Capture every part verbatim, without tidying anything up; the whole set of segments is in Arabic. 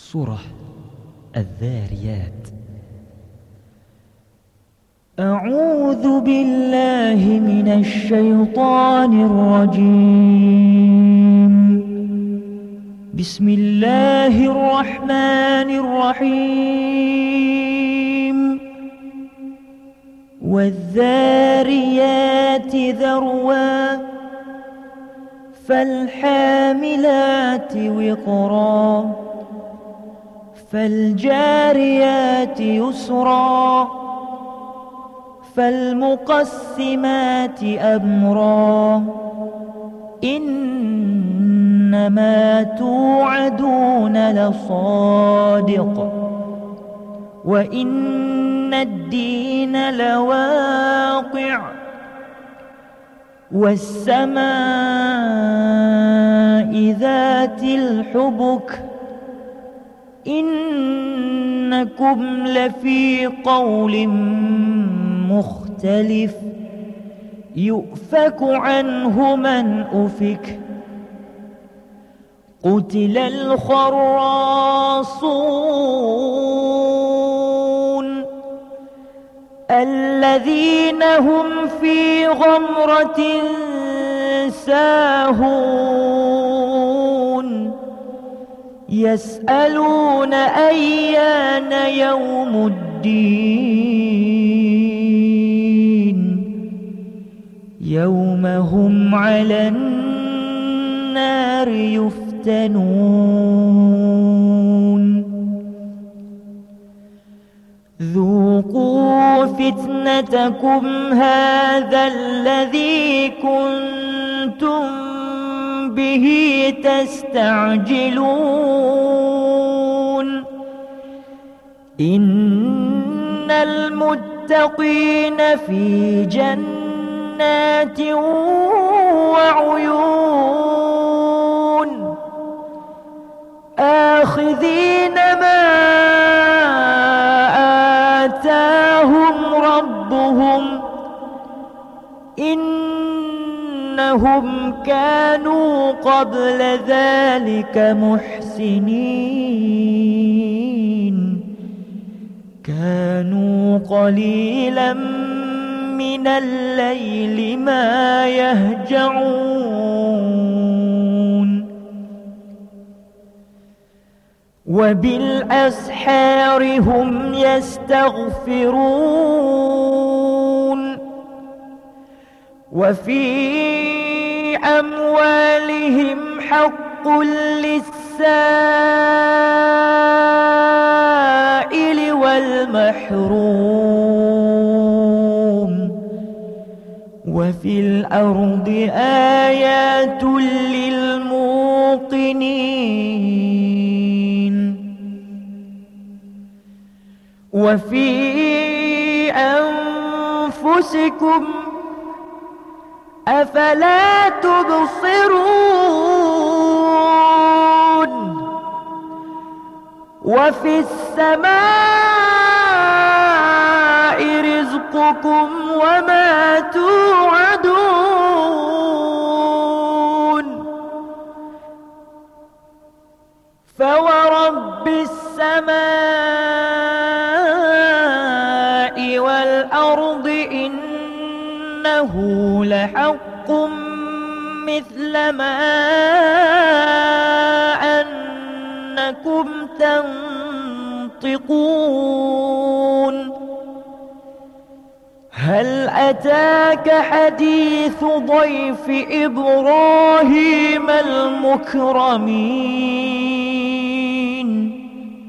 سورة الذاريات. أعوذ بالله من الشيطان الرجيم. بسم الله الرحمن الرحيم. والذاريات ذروا فالحاملات وقرا فالجاريات يسرا فالمقسمات أمرا إنما توعدون لصادق وإن الدين لواقع والسماء ذات الحبك إنكم لفي قول مختلف يؤفك عنه من أفك قتل الخراصون الذين هم في غمرة ساهون يسألون أيان يوم الدين يوم هم على النار يفتنون ذوقوا فتنتكم هذا الذي كنتم به تستعجلون إن المتقين في جنات وعيون آخذين ما آتاهم ربهم إنهم كانوا قبل ذلك محسنين كانوا قليلا من الليل ما يهجعون وبالأسحار هم يستغفرون وفي أموالهم حق للسائل والمحروم وفي الأرض آيات للموقنين وفي أنفسكم أفلا تبصرون وفي السماء رزقكم وما توعدون فورب السماء والأرض إنه لحق مثل ما أنكم تنطقون هل أتاك حديث ضيف إبراهيم المكرمين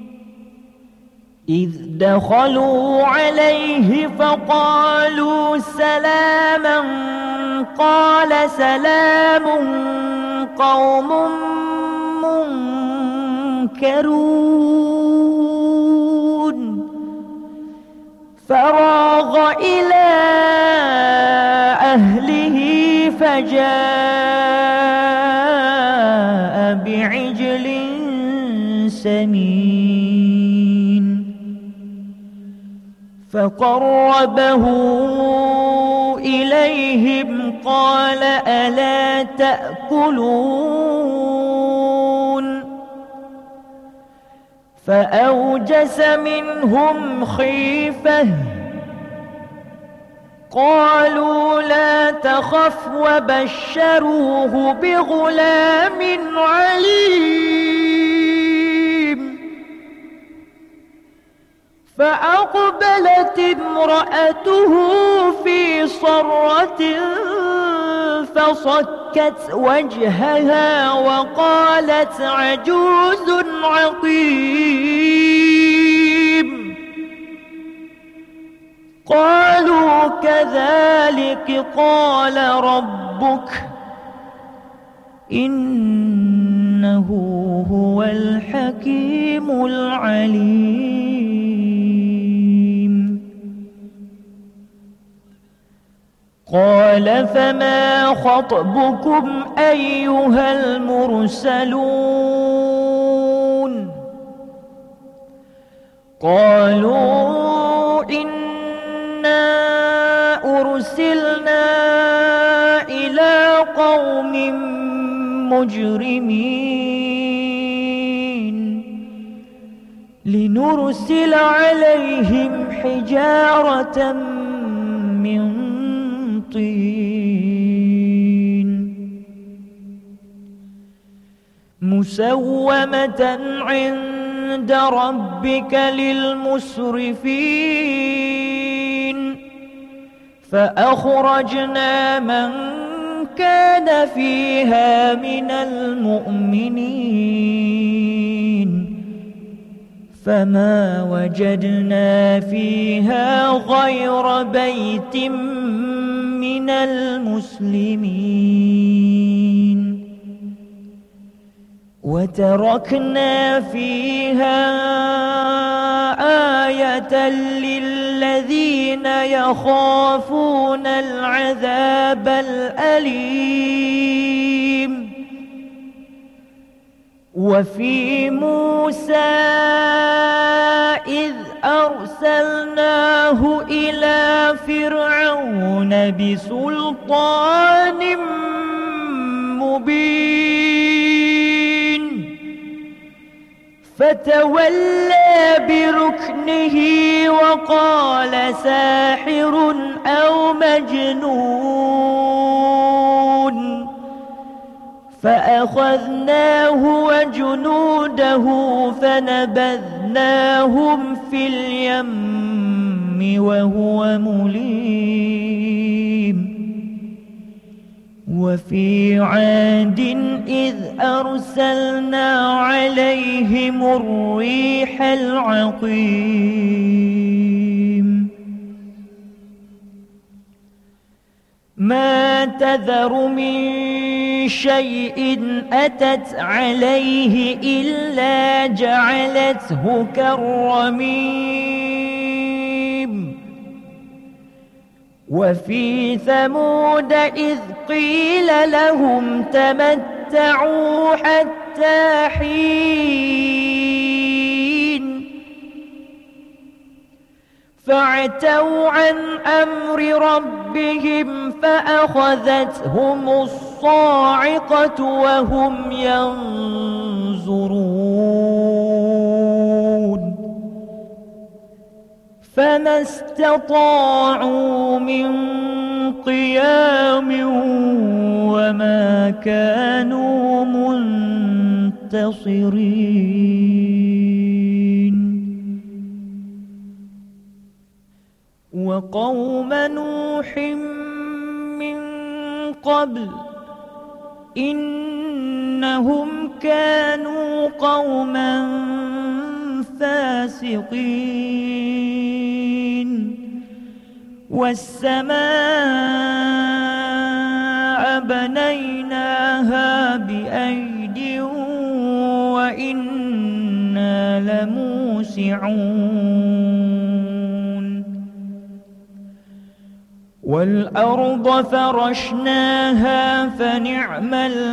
إذ دخلوا عليه فقالوا سلاما قال سلام قوم منكرون فراغ إلى أهله فجاء بعجل سمين فقربه إليهم قال ألا تأكلون فأوجس منهم خيفة قالوا لا تخف وبشروه بغلام عليم فأقبلت امرأته في صرة فصكت وجهها وقالت عجوز عقيم قالوا كذلك قال ربك إنه هو الحكيم العليم قال فما خطبكم أيها المرسلون قالوا إنا أرسلنا إلى قوم مجرمين لنرسل عليهم حجارة من طين مسومة عند ربك للمسرفين فأخرجنا من كان فيها من المؤمنين فما وجدنا فيها غير بيت من المسلمين وتركنا فيها آية للذين يخافون العذاب الأليم وفي موسى إذ أرسلناه إلى فرعون بسلطان مبين فتولى بركنه وقال ساحر أو مجنون فأخذناه وجنوده فنبذناهم في اليم وهو مليم وفي عاد إذ أرسلنا عليهم الريح العقيم ما تذر من شيء أتت عليه إلا جعلته كالرميم وفي ثمود إذ قيل لهم تمتعوا حتى حين فعتوا عن أمر ربهم فأخذتهم الصاعقة وهم ينظرون فما استطاعوا من قيام وما كانوا منتصرين وقوم نوح من قبل إنهم كانوا قوما فاسقين والسماء بنيناها بأيد وإنا لموسعون والأرض فرشناها فنعم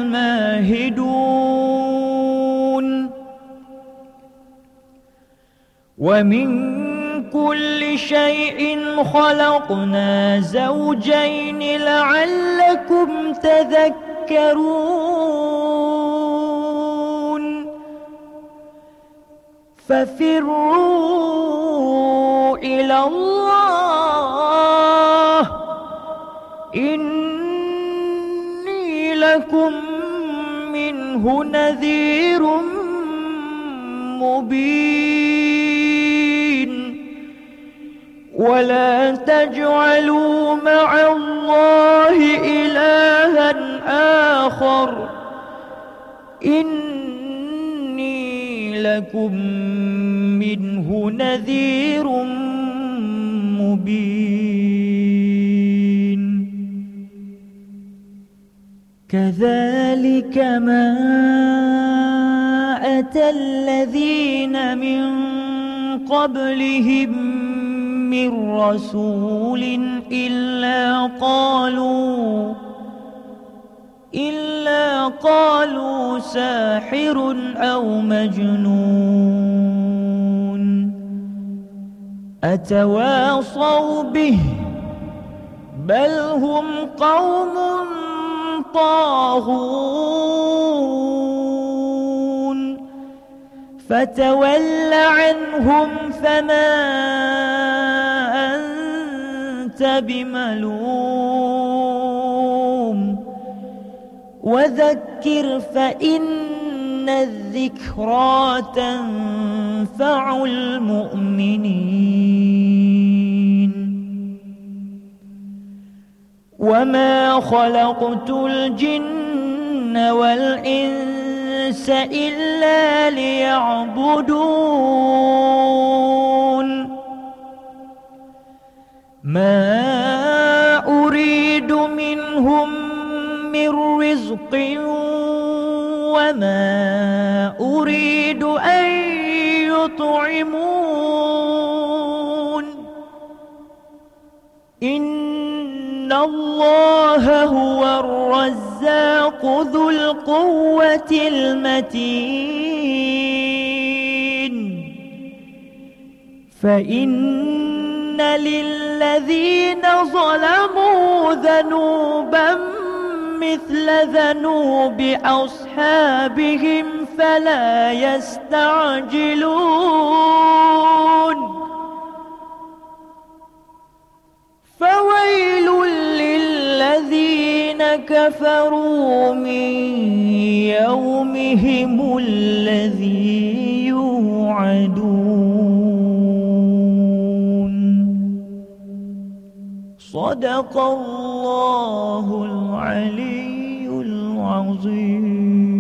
الماهدون ومن كل شيء خلقنا زوجين لعلكم تذكرون ففروا إلى الله إني لكم منه نذير مبين ولا تجعلوا مع الله إلها آخر إني لكم منه نذير مبين كذلك ما أتى الذين من قبلهم من رسول إلا قالوا إلا قالوا ساحر أو مجنون أتواصوا به بل هم قوم طاغون فتول عنهم فما أنت بملوم وذكر فإن الذكرى تنفع المؤمنين وما خلقت الجن والإنس إلا ليعبدون ما أريد منهم من رزق وما أريد أن يطعمون إن الله هو الرزاق ذو القوة المتين فإن للذين ظلموا ذنوبا مثل ذنوب أصحابهم فلا يستعجلون فويل للذين كفروا من يومهم الذي يوعدون صدق الله العلي العظيم.